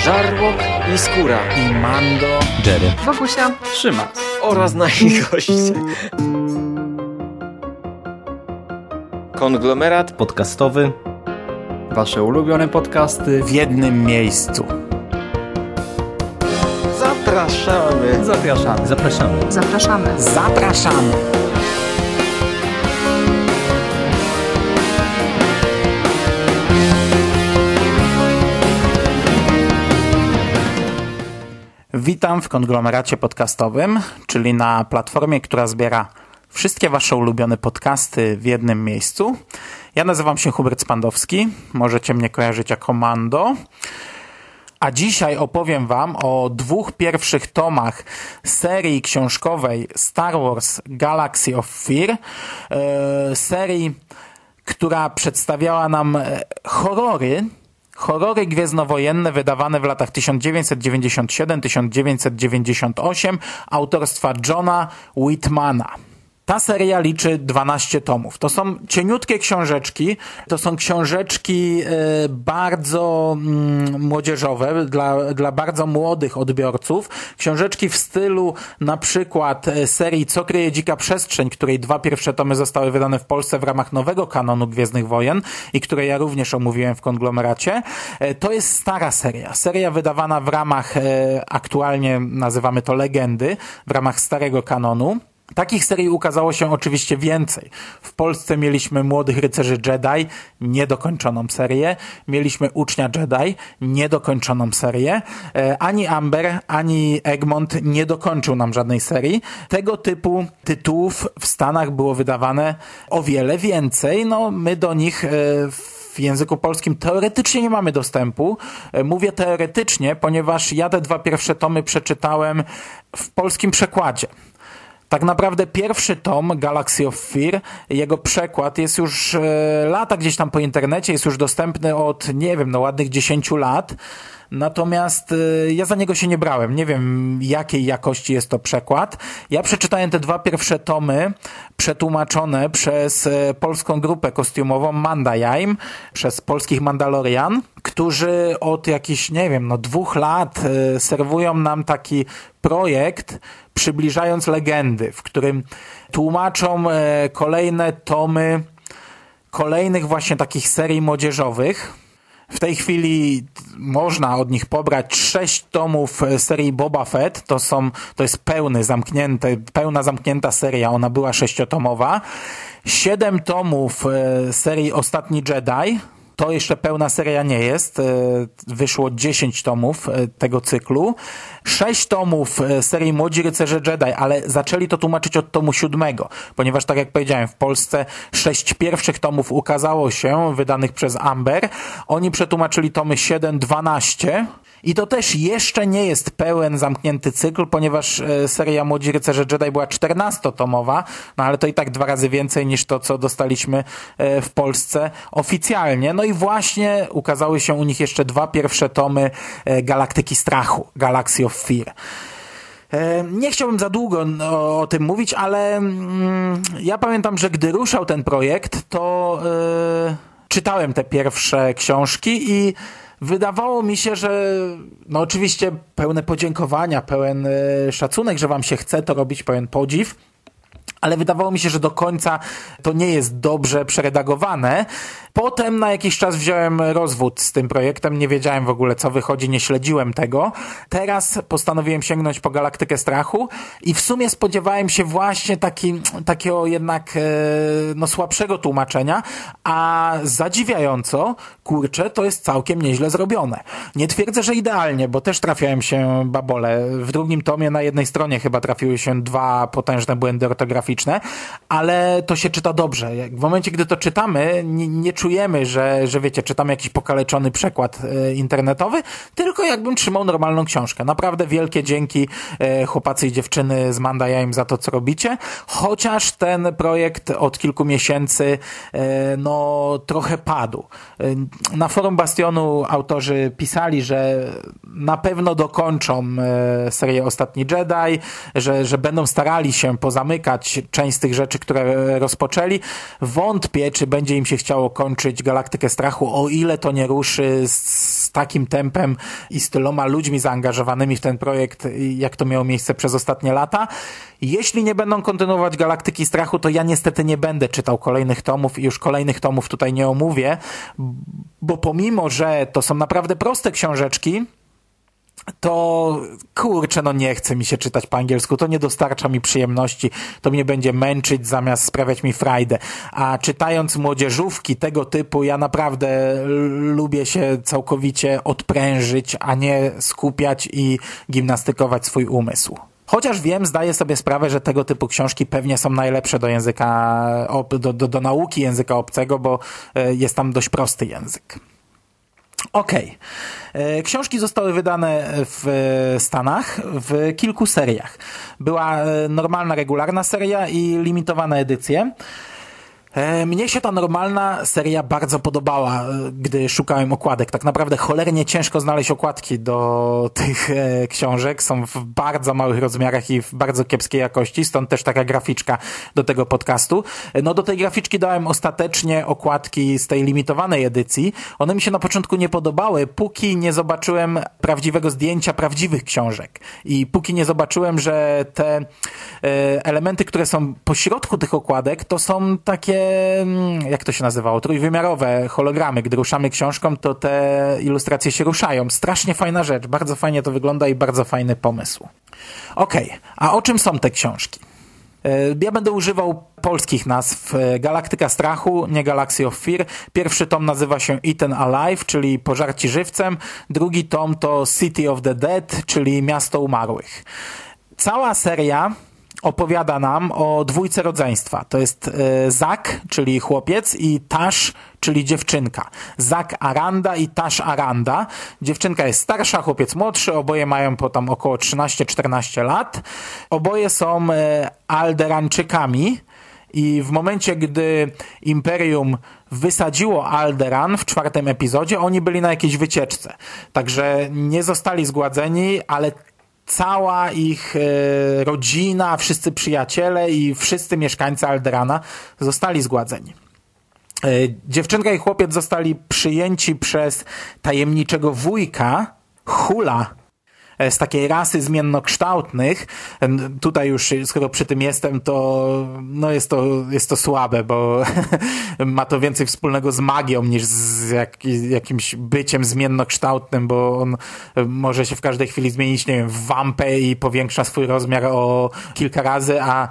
Żarłok i Skóra i Mando, Jerry, Bogusia, Szymas oraz nasi goście. Konglomerat podcastowy. Wasze ulubione podcasty w jednym miejscu. Zapraszamy. Zapraszamy. Zapraszamy. zapraszamy. Zapraszamy! Witam w konglomeracie podcastowym, czyli na platformie, która zbiera wszystkie wasze ulubione podcasty w jednym miejscu. Ja nazywam się Hubert Spandowski, możecie mnie kojarzyć jako Mando. A dzisiaj opowiem wam o 2 pierwszych tomach serii książkowej Star Wars Galaxy of Fear. Serii, która przedstawiała nam horrory gwiezdnowojenne wydawane w latach 1997-1998 autorstwa Johna Whitmana. Ta seria liczy 12 tomów. To są cieniutkie książeczki. To są książeczki bardzo młodzieżowe, dla bardzo młodych odbiorców. Książeczki w stylu na przykład serii Co kryje dzika przestrzeń, której 2 pierwsze tomy zostały wydane w Polsce w ramach nowego kanonu Gwiezdnych Wojen i której ja również omówiłem w konglomeracie. To jest stara seria. Seria wydawana w ramach, aktualnie nazywamy to Legendy, w ramach starego kanonu. Takich serii ukazało się oczywiście więcej. W Polsce mieliśmy Młodych Rycerzy Jedi, niedokończoną serię. Mieliśmy Ucznia Jedi, niedokończoną serię. Ani Amber, ani Egmont nie dokończył nam żadnej serii. Tego typu tytułów w Stanach było wydawane o wiele więcej. No, my do nich w języku polskim teoretycznie nie mamy dostępu. Mówię teoretycznie, ponieważ ja te 2 pierwsze tomy przeczytałem w polskim przekładzie. Tak naprawdę pierwszy tom Galaxy of Fear, jego przekład jest już lata gdzieś tam po internecie, jest już dostępny od, nie wiem, ładnych 10 lat. Natomiast ja za niego się nie brałem. Nie wiem, jakiej jakości jest to przekład. Ja przeczytałem te 2 pierwsze tomy przetłumaczone przez polską grupę kostiumową Mandajaim, przez polskich Mandalorian, którzy od jakichś, 2 lat serwują nam taki projekt, przybliżając legendy, w którym tłumaczą kolejne tomy kolejnych właśnie takich serii młodzieżowych. W tej chwili można od nich pobrać 6 tomów serii Boba Fett. To jest pełna zamknięta seria. Ona była 6-tomowa. 7 tomów serii Ostatni Jedi. To jeszcze pełna seria nie jest. Wyszło 10 tomów tego cyklu. 6 tomów serii Młodzi Rycerze Jedi, ale zaczęli to tłumaczyć od tomu 7, ponieważ tak jak powiedziałem, w Polsce 6 pierwszych tomów ukazało się, wydanych przez Amber. Oni przetłumaczyli tomy 7, 12 i to też jeszcze nie jest pełen zamknięty cykl, ponieważ seria Młodzi Rycerze Jedi była 14-tomowa, no ale to i tak 2 razy więcej niż to, co dostaliśmy w Polsce oficjalnie. No i właśnie ukazały się u nich jeszcze 2 pierwsze tomy Galaktyki Strachu, Galaxy of Fear. Nie chciałbym za długo o tym mówić, ale ja pamiętam, że gdy ruszał ten projekt, to czytałem te pierwsze książki i wydawało mi się, że oczywiście pełne podziękowania, pełen szacunek, że wam się chce to robić, pełen podziw, ale wydawało mi się, że do końca to nie jest dobrze przeredagowane. Potem na jakiś czas wziąłem rozwód z tym projektem, nie wiedziałem w ogóle co wychodzi, nie śledziłem tego. Teraz postanowiłem sięgnąć po Galaktykę Strachu i w sumie spodziewałem się właśnie takiego jednak słabszego tłumaczenia, a zadziwiająco, to jest całkiem nieźle zrobione. Nie twierdzę, że idealnie, bo też trafiają się babole. W 2 tomie na jednej stronie chyba trafiły się 2 potężne błędy ortograficzne, ale to się czyta dobrze. W momencie, gdy to czytamy, nie czujemy, że wiecie, czytamy jakiś pokaleczony przekład internetowy, tylko jakbym trzymał normalną książkę. Naprawdę wielkie dzięki chłopacy i dziewczyny z Mandajaim za to, co robicie. Chociaż ten projekt od kilku miesięcy trochę padł. Na forum Bastionu autorzy pisali, że na pewno dokończą serię Ostatni Jedi, że będą starali się pozamykać część z tych rzeczy, które rozpoczęli. Wątpię, czy będzie im się chciało kończyć dokończyć Galaktykę Strachu, o ile to nie ruszy z takim tempem i z tyloma ludźmi zaangażowanymi w ten projekt, jak to miało miejsce przez ostatnie lata. Jeśli nie będą kontynuować Galaktyki Strachu, to ja niestety nie będę czytał kolejnych tomów i już kolejnych tomów tutaj nie omówię, bo pomimo, że to są naprawdę proste książeczki, to kurczę, no nie chce mi się czytać po angielsku, to nie dostarcza mi przyjemności, to mnie będzie męczyć zamiast sprawiać mi frajdę. A czytając młodzieżówki tego typu, ja naprawdę lubię się całkowicie odprężyć, a nie skupiać i gimnastykować swój umysł. Chociaż wiem, zdaję sobie sprawę, że tego typu książki pewnie są najlepsze do języka, do nauki języka obcego, bo jest tam dość prosty język. Okej. Książki zostały wydane w Stanach w kilku seriach. Była normalna, regularna seria i limitowane edycje. Mnie się ta normalna seria bardzo podobała, gdy szukałem okładek. Tak naprawdę cholernie ciężko znaleźć okładki do tych książek. Są w bardzo małych rozmiarach i w bardzo kiepskiej jakości, stąd też taka graficzka do tego podcastu. No do tej graficzki dałem ostatecznie okładki z tej limitowanej edycji. One mi się na początku nie podobały, póki nie zobaczyłem prawdziwego zdjęcia prawdziwych książek. I póki nie zobaczyłem, że te elementy, które są po środku tych okładek, to są takie, jak to się nazywało, trójwymiarowe hologramy. Gdy ruszamy książką, to te ilustracje się ruszają. Strasznie fajna rzecz, bardzo fajnie to wygląda i bardzo fajny pomysł. Okej, a o czym są te książki? Ja będę używał polskich nazw. Galaktyka Strachu, nie Galaxy of Fear. Pierwszy tom nazywa się Eaten Alive, czyli Pożarci żywcem. Drugi tom to City of the Dead, czyli Miasto Umarłych. Cała seria opowiada nam o dwójce rodzeństwa. To jest Zak, czyli chłopiec, i Tash, czyli dziewczynka. Zak Aranda i Tash Aranda. Dziewczynka jest starsza, chłopiec młodszy, oboje mają po tam około 13-14 lat. Oboje są Alderańczykami i w momencie, gdy Imperium wysadziło Alderan w 4. epizodzie, oni byli na jakiejś wycieczce. Także nie zostali zgładzeni, ale cała ich rodzina, wszyscy przyjaciele i wszyscy mieszkańcy Alderana zostali zgładzeni. Dziewczynka i chłopiec zostali przyjęci przez tajemniczego wujka, Hula, z takiej rasy zmiennokształtnych. Tutaj już, skoro przy tym jestem, to no jest to słabe, bo ma to więcej wspólnego z magią niż z jakimś byciem zmiennokształtnym, bo on może się w każdej chwili zmienić, nie wiem, w wampę i powiększa swój rozmiar o kilka razy, a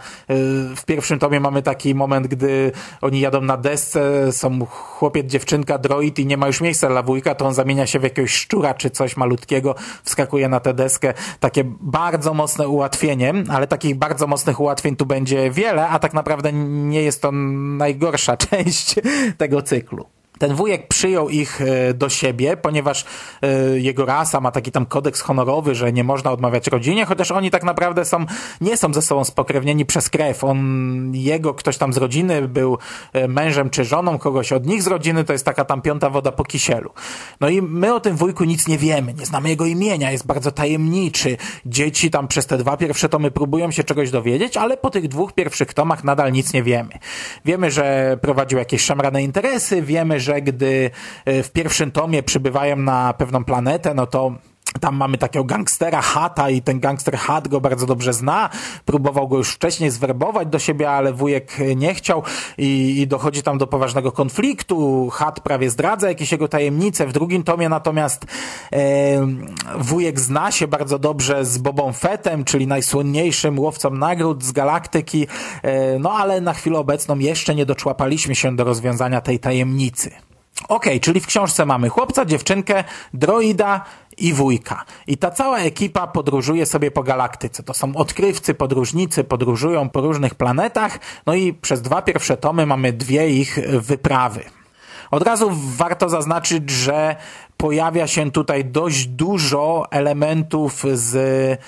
w pierwszym tomie mamy taki moment, gdy oni jadą na desce, są chłopiec, dziewczynka, droid i nie ma już miejsca dla wujka, to on zamienia się w jakiegoś szczura czy coś malutkiego, wskakuje na tę deskę. Takie bardzo mocne ułatwienie, ale takich bardzo mocnych ułatwień tu będzie wiele, a tak naprawdę nie jest to najgorsza część tego cyklu. Ten wujek przyjął ich do siebie, ponieważ jego rasa ma taki tam kodeks honorowy, że nie można odmawiać rodzinie, chociaż oni tak naprawdę nie są ze sobą spokrewnieni przez krew. Ktoś tam z rodziny był mężem czy żoną kogoś od nich z rodziny, to jest taka tam 5. woda po kisielu. No i my o tym wujku nic nie wiemy, nie znamy jego imienia, jest bardzo tajemniczy. Dzieci tam przez te 2 pierwsze tomy próbują się czegoś dowiedzieć, ale po tych 2 pierwszych tomach nadal nic nie wiemy. Wiemy, że prowadził jakieś szemrane interesy, wiemy, że gdy w pierwszym tomie przybywają na pewną planetę, no to tam mamy takiego gangstera Hata i ten gangster Hat go bardzo dobrze zna. Próbował go już wcześniej zwerbować do siebie, ale wujek nie chciał i dochodzi tam do poważnego konfliktu. Hat prawie zdradza jakieś jego tajemnice. W drugim tomie natomiast wujek zna się bardzo dobrze z Bobą Fettem, czyli najsłynniejszym łowcą nagród z galaktyki. No ale na chwilę obecną jeszcze nie doczłapaliśmy się do rozwiązania tej tajemnicy. Okej, czyli w książce mamy chłopca, dziewczynkę, droida i wujka. I ta cała ekipa podróżuje sobie po galaktyce. To są odkrywcy, podróżnicy, podróżują po różnych planetach, no i przez 2 pierwsze tomy mamy 2 ich wyprawy. Od razu warto zaznaczyć, że pojawia się tutaj dość dużo elementów z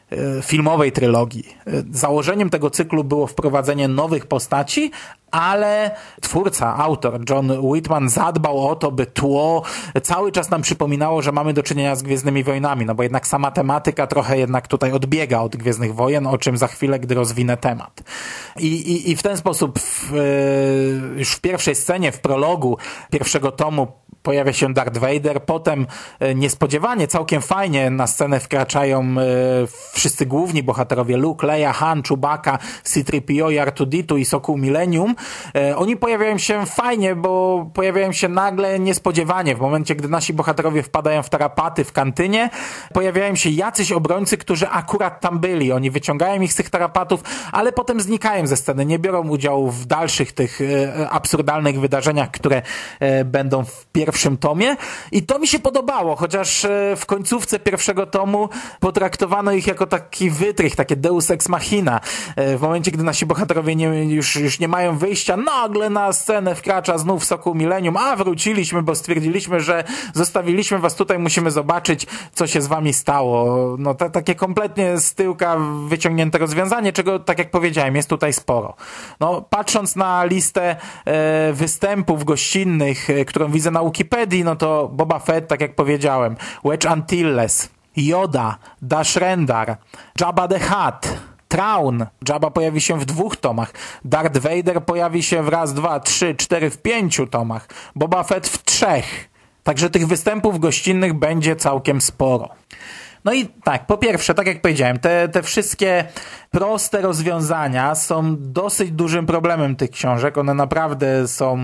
filmowej trylogii. Założeniem tego cyklu było wprowadzenie nowych postaci, ale twórca, autor John Whitman zadbał o to, by tło cały czas nam przypominało, że mamy do czynienia z Gwiezdnymi Wojnami, no bo jednak sama tematyka trochę jednak tutaj odbiega od Gwiezdnych Wojen, o czym za chwilę, gdy rozwinę temat. I w ten sposób już w pierwszej scenie, w prologu pierwszego tomu pojawia się Darth Vader, potem niespodziewanie, całkiem fajnie na scenę wkraczają wszyscy główni bohaterowie, Luke, Leia, Han, Chewbacca, C-3PO i R2-D2 i Sokół Millennium. Oni pojawiają się fajnie, bo pojawiają się nagle niespodziewanie. W momencie, gdy nasi bohaterowie wpadają w tarapaty w kantynie, pojawiają się jacyś obrońcy, którzy akurat tam byli. Oni wyciągają ich z tych tarapatów, ale potem znikają ze sceny, nie biorą udziału w dalszych tych absurdalnych wydarzeniach, które będą w pierwszym tomie. I to mi się podobało, chociaż w końcówce pierwszego tomu potraktowano ich jako taki wytrych, takie deus ex machina. W momencie, gdy nasi bohaterowie już nie mają wyjścia, nagle na scenę wkracza znów Sokół Millennium, a wróciliśmy, bo stwierdziliśmy, że zostawiliśmy was tutaj, musimy zobaczyć, co się z wami stało. No takie kompletnie z tyłka wyciągnięte rozwiązanie, czego, tak jak powiedziałem, jest tutaj sporo. No, patrząc na listę występów gościnnych, którą widzę na Wikipedii, no to Boba Fett, tak jak powiedziałem, Wedge Antilles, Yoda, Dash Rendar, Jabba the Hutt, Traun. Jabba pojawi się w 2 tomach. Darth Vader pojawi się w 1, 2, 3, 4, w 5 tomach. Boba Fett w 3. Także tych występów gościnnych będzie całkiem sporo. No i tak, po pierwsze, tak jak powiedziałem, te wszystkie proste rozwiązania są dosyć dużym problemem tych książek. One naprawdę są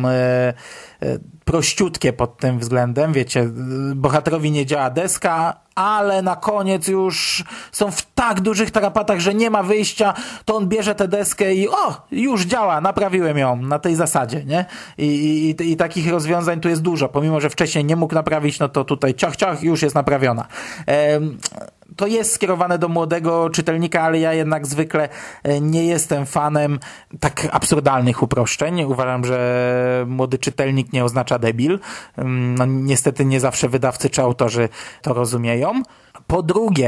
prościutkie pod tym względem. Wiecie, bohaterowi nie działa deska, ale na koniec już są w tak dużych tarapatach, że nie ma wyjścia, to on bierze tę deskę i już działa, naprawiłem ją na tej zasadzie, nie? I takich rozwiązań tu jest dużo. Pomimo, że wcześniej nie mógł naprawić, no to tutaj ciach, już jest naprawiona. To jest skierowane do młodego czytelnika, ale ja jednak zwykle nie jestem fanem tak absurdalnych uproszczeń. Uważam, że młody czytelnik nie oznacza debil. No, niestety nie zawsze wydawcy czy autorzy to rozumieją. Po drugie,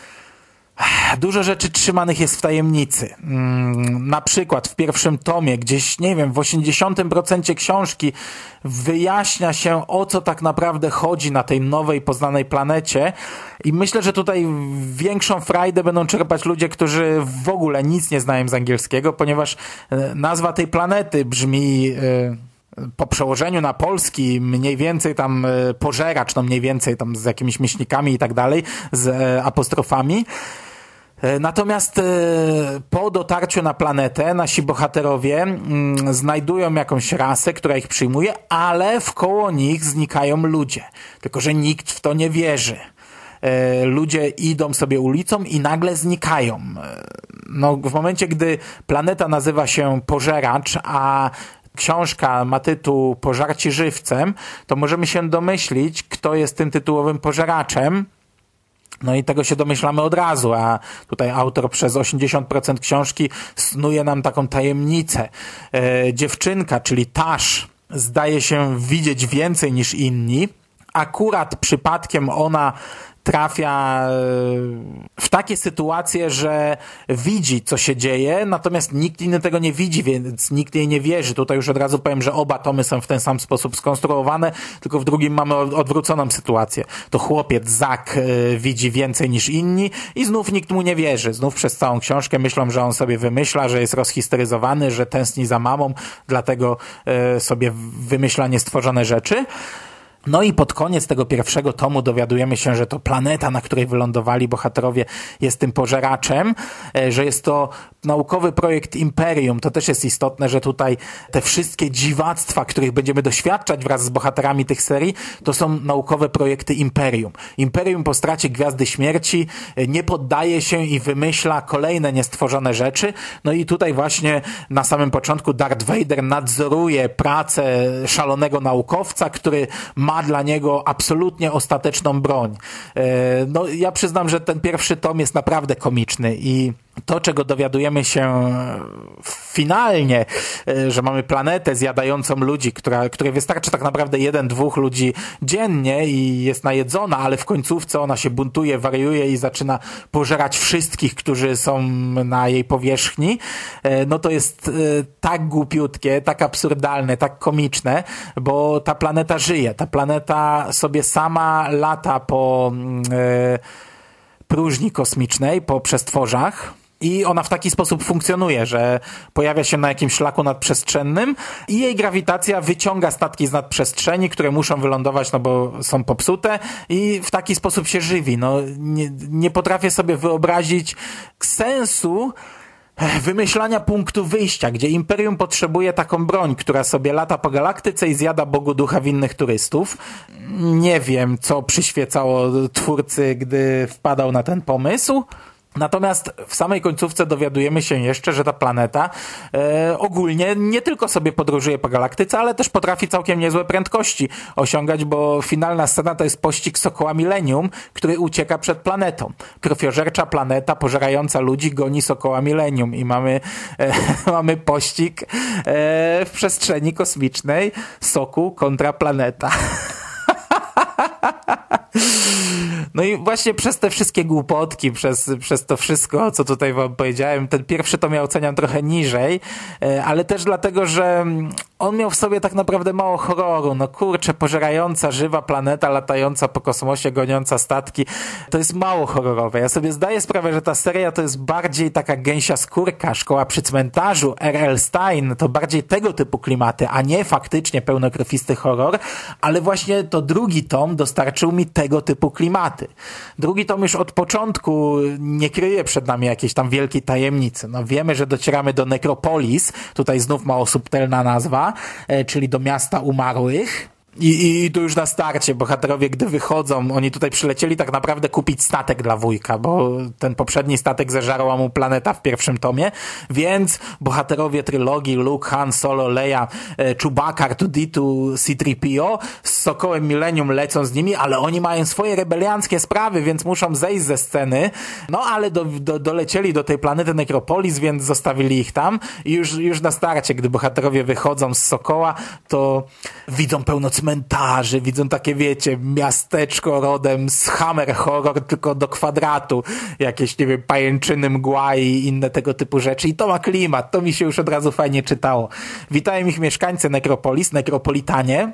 dużo rzeczy trzymanych jest w tajemnicy. Na przykład w pierwszym tomie, gdzieś, nie wiem, w 80% książki wyjaśnia się, o co tak naprawdę chodzi na tej nowej, poznanej planecie. I myślę, że tutaj większą frajdę będą czerpać ludzie, którzy w ogóle nic nie znają z angielskiego, ponieważ nazwa tej planety brzmi po przełożeniu na polski mniej więcej tam pożeracz, no mniej więcej tam z jakimiś myślnikami i tak dalej, z apostrofami. Natomiast po dotarciu na planetę nasi bohaterowie znajdują jakąś rasę, która ich przyjmuje, ale wkoło nich znikają ludzie. Tylko że nikt w to nie wierzy. Ludzie idą sobie ulicą i nagle znikają. No, w momencie, gdy planeta nazywa się Pożeracz, a książka ma tytuł Pożarci żywcem, to możemy się domyślić, kto jest tym tytułowym pożeraczem. No i tego się domyślamy od razu, a tutaj autor przez 80% książki snuje nam taką tajemnicę. Dziewczynka, czyli Tash, zdaje się widzieć więcej niż inni. Akurat przypadkiem ona trafia w takie sytuacje, że widzi, co się dzieje, natomiast nikt inny tego nie widzi, więc nikt jej nie wierzy. Tutaj już od razu powiem, że oba tomy są w ten sam sposób skonstruowane, tylko w drugim mamy odwróconą sytuację. To chłopiec, Zak, widzi więcej niż inni i znów nikt mu nie wierzy. Znów przez całą książkę myślą, że on sobie wymyśla, że jest rozhisteryzowany, że tęskni za mamą, dlatego sobie wymyśla niestworzone rzeczy. No i pod koniec tego pierwszego tomu dowiadujemy się, że to planeta, na której wylądowali bohaterowie, jest tym pożeraczem, że jest to naukowy projekt Imperium. To też jest istotne, że tutaj te wszystkie dziwactwa, których będziemy doświadczać wraz z bohaterami tych serii, to są naukowe projekty Imperium. Imperium po stracie Gwiazdy Śmierci nie poddaje się i wymyśla kolejne niestworzone rzeczy. No i tutaj właśnie na samym początku Darth Vader nadzoruje pracę szalonego naukowca, który ma dla niego absolutnie ostateczną broń. No ja przyznam, że ten pierwszy tom jest naprawdę komiczny i to, czego dowiadujemy się finalnie, że mamy planetę zjadającą ludzi, której wystarczy tak naprawdę 1-2 ludzi dziennie i jest najedzona, ale w końcówce ona się buntuje, wariuje i zaczyna pożerać wszystkich, którzy są na jej powierzchni, no to jest tak głupiutkie, tak absurdalne, tak komiczne, bo ta planeta żyje. Ta planeta sobie sama lata po próżni kosmicznej, po przestworzach. I ona w taki sposób funkcjonuje, że pojawia się na jakimś szlaku nadprzestrzennym i jej grawitacja wyciąga statki z nadprzestrzeni, które muszą wylądować, no bo są popsute i w taki sposób się żywi. No, nie potrafię sobie wyobrazić sensu wymyślania punktu wyjścia, gdzie Imperium potrzebuje taką broń, która sobie lata po galaktyce i zjada Bogu ducha winnych turystów. Nie wiem, co przyświecało twórcy, gdy wpadał na ten pomysł. Natomiast w samej końcówce dowiadujemy się jeszcze, że ta planeta ogólnie nie tylko sobie podróżuje po galaktyce, ale też potrafi całkiem niezłe prędkości osiągać, bo finalna scena to jest pościg Sokoła Millennium, który ucieka przed planetą. Krwiożercza planeta pożerająca ludzi goni Sokoła Millennium i mamy pościg w przestrzeni kosmicznej Sokół kontra planeta. No i właśnie przez te wszystkie głupotki, przez to wszystko, co tutaj wam powiedziałem, ten pierwszy to ja oceniam trochę niżej, ale też dlatego, że on miał w sobie tak naprawdę mało horroru. No kurczę, pożerająca, żywa planeta, latająca po kosmosie, goniąca statki, to jest mało horrorowe. Ja sobie zdaję sprawę, że ta seria to jest bardziej taka gęsia skórka, Szkoła przy cmentarzu, R.L. Stein, to bardziej tego typu klimaty, a nie faktycznie pełnokrwisty horror, ale właśnie to drugi tom dostarczył mi tego typu klimaty. Drugi tom już od początku nie kryje przed nami jakiejś tam wielkiej tajemnicy. No wiemy, że docieramy do Necropolis, tutaj znów mało subtelna nazwa, czyli do miasta umarłych. I tu już na starcie bohaterowie, gdy wychodzą, oni tutaj przylecieli tak naprawdę kupić statek dla wujka, bo ten poprzedni statek zeżarła mu planeta w pierwszym tomie, więc bohaterowie trylogii Luke, Han Solo, Leia, Chewbacca, R2-D2, C-3PO z Sokołem Millennium lecą z nimi, ale oni mają swoje rebelianckie sprawy, więc muszą zejść ze sceny, no ale dolecieli do tej planety Necropolis, więc zostawili ich tam i już na starcie, gdy bohaterowie wychodzą z Sokoła, to widzą pełno cmentarzy, widzą takie, wiecie, miasteczko rodem z Hammer Horror, tylko do kwadratu, jakieś, nie wiem, pajęczyny, mgła i inne tego typu rzeczy. I to ma klimat, to mi się już od razu fajnie czytało. Witają ich mieszkańcy Necropolis, Necropolitanie,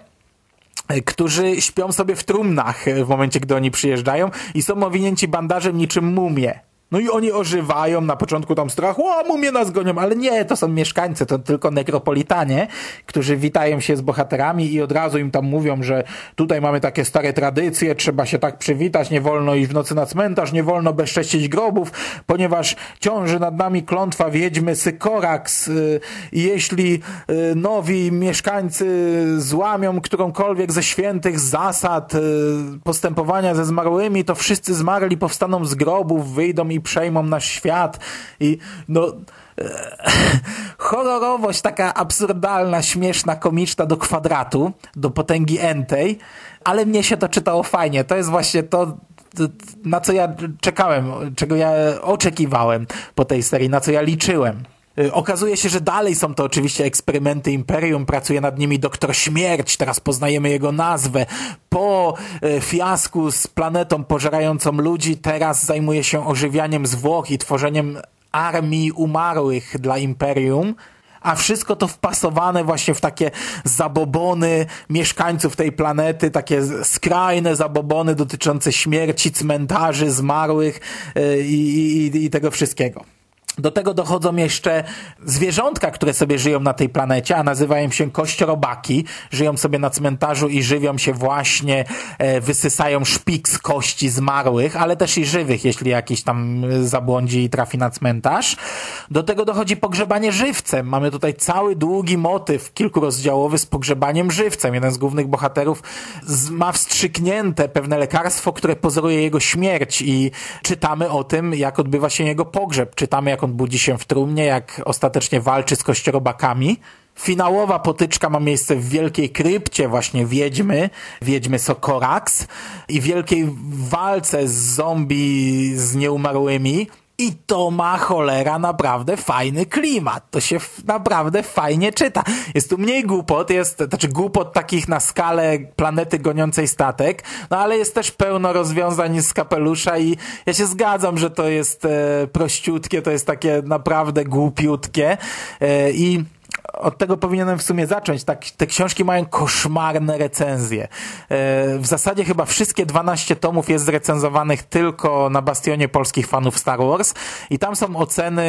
którzy śpią sobie w trumnach w momencie, gdy oni przyjeżdżają i są owinięci bandażem niczym mumie. No i oni ożywają, na początku tam strach, o, mumie nas gonią, ale nie, to są mieszkańcy, to tylko Necropolitanie, którzy witają się z bohaterami i od razu im tam mówią, że tutaj mamy takie stare tradycje, trzeba się tak przywitać, nie wolno iść w nocy na cmentarz, nie wolno bezcześcić grobów, ponieważ ciąży nad nami klątwa wiedźmy Sykorax i jeśli nowi mieszkańcy złamią którąkolwiek ze świętych zasad postępowania ze zmarłymi, to wszyscy zmarli powstaną z grobów, wyjdą i przejmą nasz świat i no horrorowość taka absurdalna, śmieszna, komiczna do kwadratu, do potęgi entej, ale mnie się to czytało fajnie. To jest właśnie to, na co ja czekałem, czego ja oczekiwałem po tej serii, na co ja liczyłem. Okazuje się, że dalej są to oczywiście eksperymenty Imperium, pracuje nad nimi Doktor Śmierć, teraz poznajemy jego nazwę. Po fiasku z planetą pożerającą ludzi, teraz zajmuje się ożywianiem zwłok i tworzeniem armii umarłych dla Imperium. A wszystko to wpasowane właśnie w takie zabobony mieszkańców tej planety, takie skrajne zabobony dotyczące śmierci, cmentarzy, zmarłych i tego wszystkiego. Do tego dochodzą jeszcze zwierzątka, które sobie żyją na tej planecie, a nazywają się kościorobaki. Żyją sobie na cmentarzu i żywią się właśnie, wysysają szpik z kości zmarłych, ale też i żywych, jeśli jakiś tam zabłądzi i trafi na cmentarz. Do tego dochodzi pogrzebanie żywcem. Mamy tutaj cały długi motyw kilkurozdziałowy z pogrzebaniem żywcem. Jeden z głównych bohaterów ma wstrzyknięte pewne lekarstwo, które pozoruje jego śmierć i czytamy o tym, jak odbywa się jego pogrzeb. Czytamy, jak on budzi się w trumnie, jak ostatecznie walczy z kościorobakami. Finałowa potyczka ma miejsce w wielkiej krypcie właśnie wiedźmy Sokorax i wielkiej walce z zombie z nieumarłymi. I to ma cholera naprawdę fajny klimat. To się naprawdę fajnie czyta. Jest tu mniej głupot, znaczy głupot takich na skalę planety goniącej statek, no ale jest też pełno rozwiązań z kapelusza i ja się zgadzam, że to jest prościutkie, to jest takie naprawdę głupiutkie i od tego powinienem w sumie zacząć. Te książki mają koszmarne recenzje. W zasadzie chyba wszystkie 12 tomów jest zrecenzowanych tylko na bastionie polskich fanów Star Wars i tam są oceny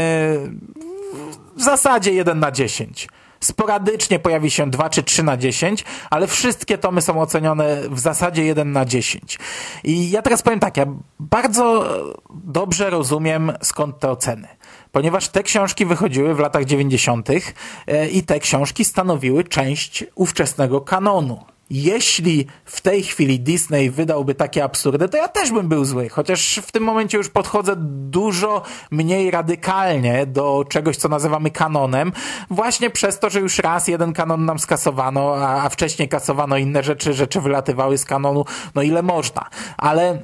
w zasadzie 1/10. Sporadycznie pojawi się 2 czy 3/10, ale wszystkie tomy są ocenione w zasadzie 1/10. I ja teraz powiem tak, ja bardzo dobrze rozumiem skąd te oceny. Ponieważ te książki wychodziły w latach 90. I te książki stanowiły część ówczesnego kanonu. Jeśli w tej chwili Disney wydałby takie absurdy, to ja też bym był zły, chociaż w tym momencie już podchodzę dużo mniej radykalnie do czegoś, co nazywamy kanonem, właśnie przez to, że już raz jeden kanon nam skasowano, a wcześniej kasowano inne rzeczy wylatywały z kanonu, no ile można. Ale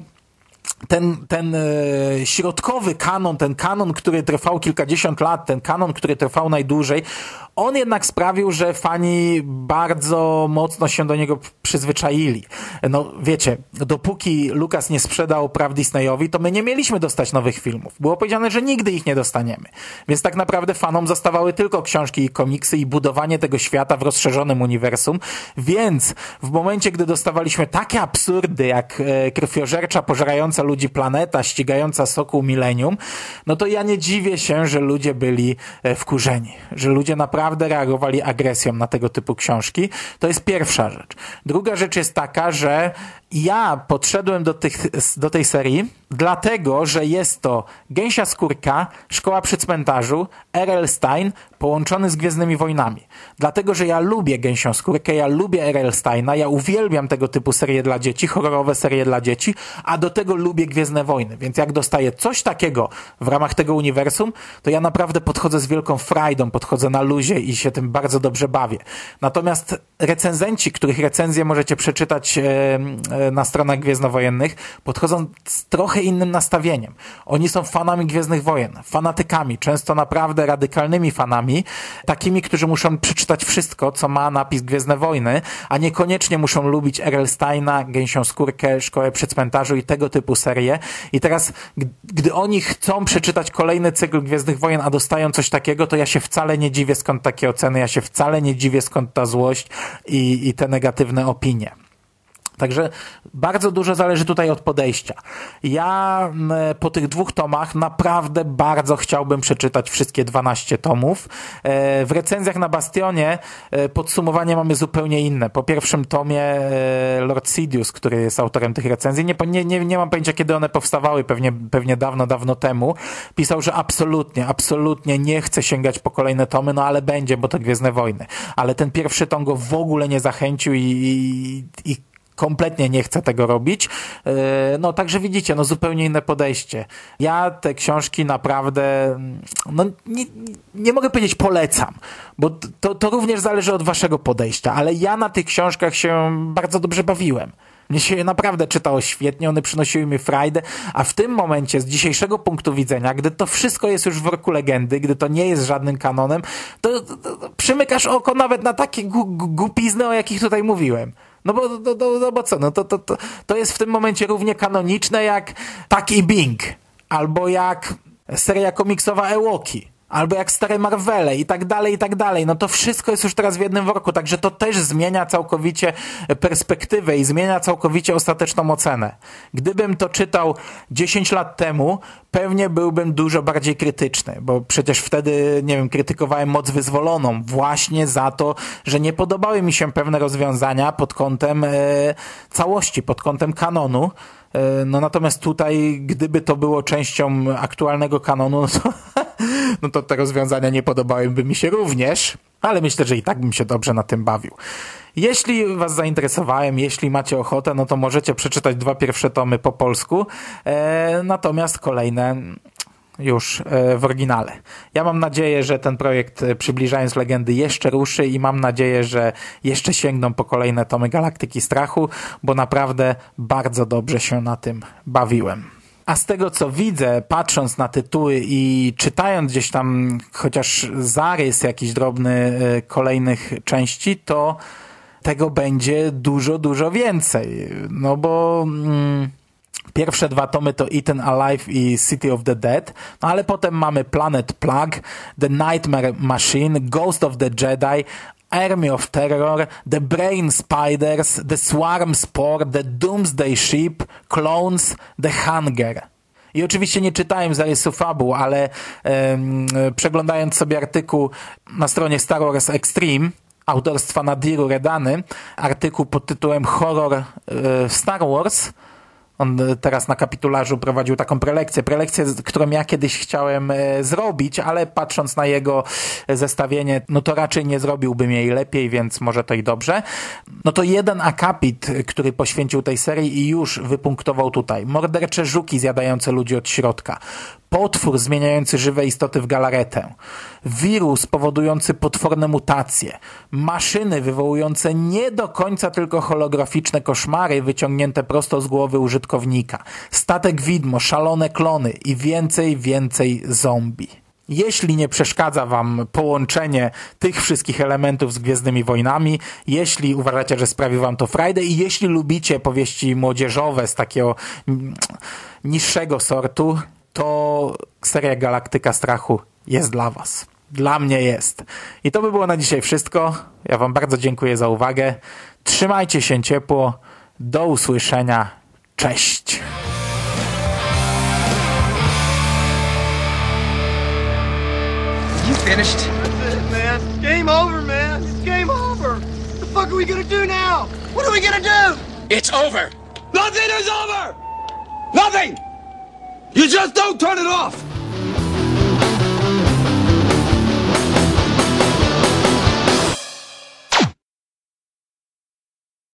ten środkowy kanon, ten kanon, który trwał kilkadziesiąt lat, ten kanon, który trwał najdłużej, on jednak sprawił, że fani bardzo mocno się do niego przyzwyczaili. No wiecie, dopóki Lucas nie sprzedał praw Disneyowi, to my nie mieliśmy dostać nowych filmów. Było powiedziane, że nigdy ich nie dostaniemy. Więc tak naprawdę fanom zostawały tylko książki i komiksy i budowanie tego świata w rozszerzonym uniwersum. Więc w momencie, gdy dostawaliśmy takie absurdy, jak krwiożercza, pożerająca ludzi planeta, ścigająca sokół Millennium, no to ja nie dziwię się, że ludzie byli wkurzeni. Że ludzie naprawdę reagowali agresją na tego typu książki. To jest pierwsza rzecz. Druga rzecz jest taka, że ja podszedłem do tej serii dlatego, że jest to Gęsia Skórka, Szkoła przy cmentarzu, R.L. Stine połączony z Gwiezdnymi Wojnami. Dlatego, że ja lubię Gęsią Skórkę, ja lubię R.L. Stine'a, ja uwielbiam tego typu serie dla dzieci, horrorowe serie dla dzieci, a do tego lubię Gwiezdne Wojny. Więc jak dostaję coś takiego w ramach tego uniwersum, to ja naprawdę podchodzę z wielką frajdą, podchodzę na luzie i się tym bardzo dobrze bawię. Natomiast recenzenci, których recenzje możecie przeczytać na stronach gwiezdnowojennych, podchodzą z trochę innym nastawieniem. Oni są fanami Gwiezdnych Wojen, fanatykami, często naprawdę radykalnymi fanami, takimi, którzy muszą przeczytać wszystko, co ma napis Gwiezdne Wojny, a niekoniecznie muszą lubić R.L. Stine'a, Gęsią Skórkę, Szkołę przy cmentarzu i tego typu serie. I teraz, gdy oni chcą przeczytać kolejny cykl Gwiezdnych Wojen, a dostają coś takiego, to ja się wcale nie dziwię, skąd takie oceny, ja się wcale nie dziwię, skąd ta złość i te negatywne opinie. Także bardzo dużo zależy tutaj od podejścia. Ja po tych 2 tomach naprawdę bardzo chciałbym przeczytać wszystkie 12 tomów. W recenzjach na Bastionie podsumowanie mamy zupełnie inne. Po pierwszym tomie Lord Sidious, który jest autorem tych recenzji, nie mam pojęcia, kiedy one powstawały, pewnie dawno temu, pisał, że absolutnie nie chce sięgać po kolejne tomy, no ale będzie, bo to Gwiezdne Wojny. Ale ten pierwszy tom go w ogóle nie zachęcił i kompletnie nie chcę tego robić. No także widzicie, no zupełnie inne podejście. Ja te książki naprawdę no nie mogę powiedzieć polecam, bo to również zależy od waszego podejścia, ale ja na tych książkach się bardzo dobrze bawiłem. Mnie się naprawdę czytało świetnie, one przynosiły mi frajdę, a w tym momencie z dzisiejszego punktu widzenia, gdy to wszystko jest już w worku legendy, gdy to nie jest żadnym kanonem, to przymykasz oko nawet na takie głupizny, o jakich tutaj mówiłem. No bo co, no to jest w tym momencie równie kanoniczne jak Tak i Bing, albo jak seria komiksowa Ewoki, albo jak stare Marvele i tak dalej. No to wszystko jest już teraz w jednym worku, także to też zmienia całkowicie perspektywę i zmienia całkowicie ostateczną ocenę. Gdybym to czytał 10 lat temu, pewnie byłbym dużo bardziej krytyczny, bo przecież wtedy, nie wiem, krytykowałem Moc Wyzwoloną właśnie za to, że nie podobały mi się pewne rozwiązania pod kątem całości, pod kątem kanonu. No natomiast tutaj, gdyby to było częścią aktualnego kanonu, no to te rozwiązania nie podobałyby mi się również, ale myślę, że i tak bym się dobrze na tym bawił. Jeśli was zainteresowałem, jeśli macie ochotę, no to możecie przeczytać 2 pierwsze tomy po polsku, natomiast kolejne już w oryginale. Ja mam nadzieję, że ten projekt Przybliżając Legendy jeszcze ruszy i mam nadzieję, że jeszcze sięgną po kolejne tomy Galaktyki Strachu, bo naprawdę bardzo dobrze się na tym bawiłem. A z tego co widzę, patrząc na tytuły i czytając gdzieś tam chociaż zarys jakiś drobny kolejnych części, to tego będzie dużo, dużo więcej. No bo pierwsze 2 tomy to Eaten Alive i City of the Dead, no ale potem mamy Planet Plague, The Nightmare Machine, Ghost of the Jedi, Army of Terror, The Brain Spiders, The Swarm Spore, The Doomsday Ship, Clones, The Hunger. I oczywiście nie czytałem zarysu fabuł, ale przeglądając sobie artykuł na stronie Star Wars Extreme autorstwa Nadiru Redany, artykuł pod tytułem Horror w Star Wars, on teraz na kapitularzu prowadził taką prelekcję, którą ja kiedyś chciałem zrobić, ale patrząc na jego zestawienie, no to raczej nie zrobiłbym jej lepiej, więc może to i dobrze. No to jeden akapit, który poświęcił tej serii i już wypunktował tutaj. Mordercze żuki zjadające ludzi od środka. Potwór zmieniający żywe istoty w galaretę. Wirus powodujący potworne mutacje. Maszyny wywołujące nie do końca tylko holograficzne koszmary wyciągnięte prosto z głowy użytkownika. Statek widmo, szalone klony i więcej zombie. Jeśli nie przeszkadza wam połączenie tych wszystkich elementów z Gwiezdnymi Wojnami, jeśli uważacie, że sprawi wam to frajdę i jeśli lubicie powieści młodzieżowe z takiego niższego sortu, to seria Galaktyka Strachu jest dla was. Dla mnie jest. I to by było na dzisiaj wszystko. Ja wam bardzo dziękuję za uwagę. Trzymajcie się ciepło. Do usłyszenia. Cześć. You finished? That's it, man. Game over, man. It's game over. What the fuck are we gonna do now? What are we gonna do? It's over. Nothing is over! Nothing! You just don't turn it off!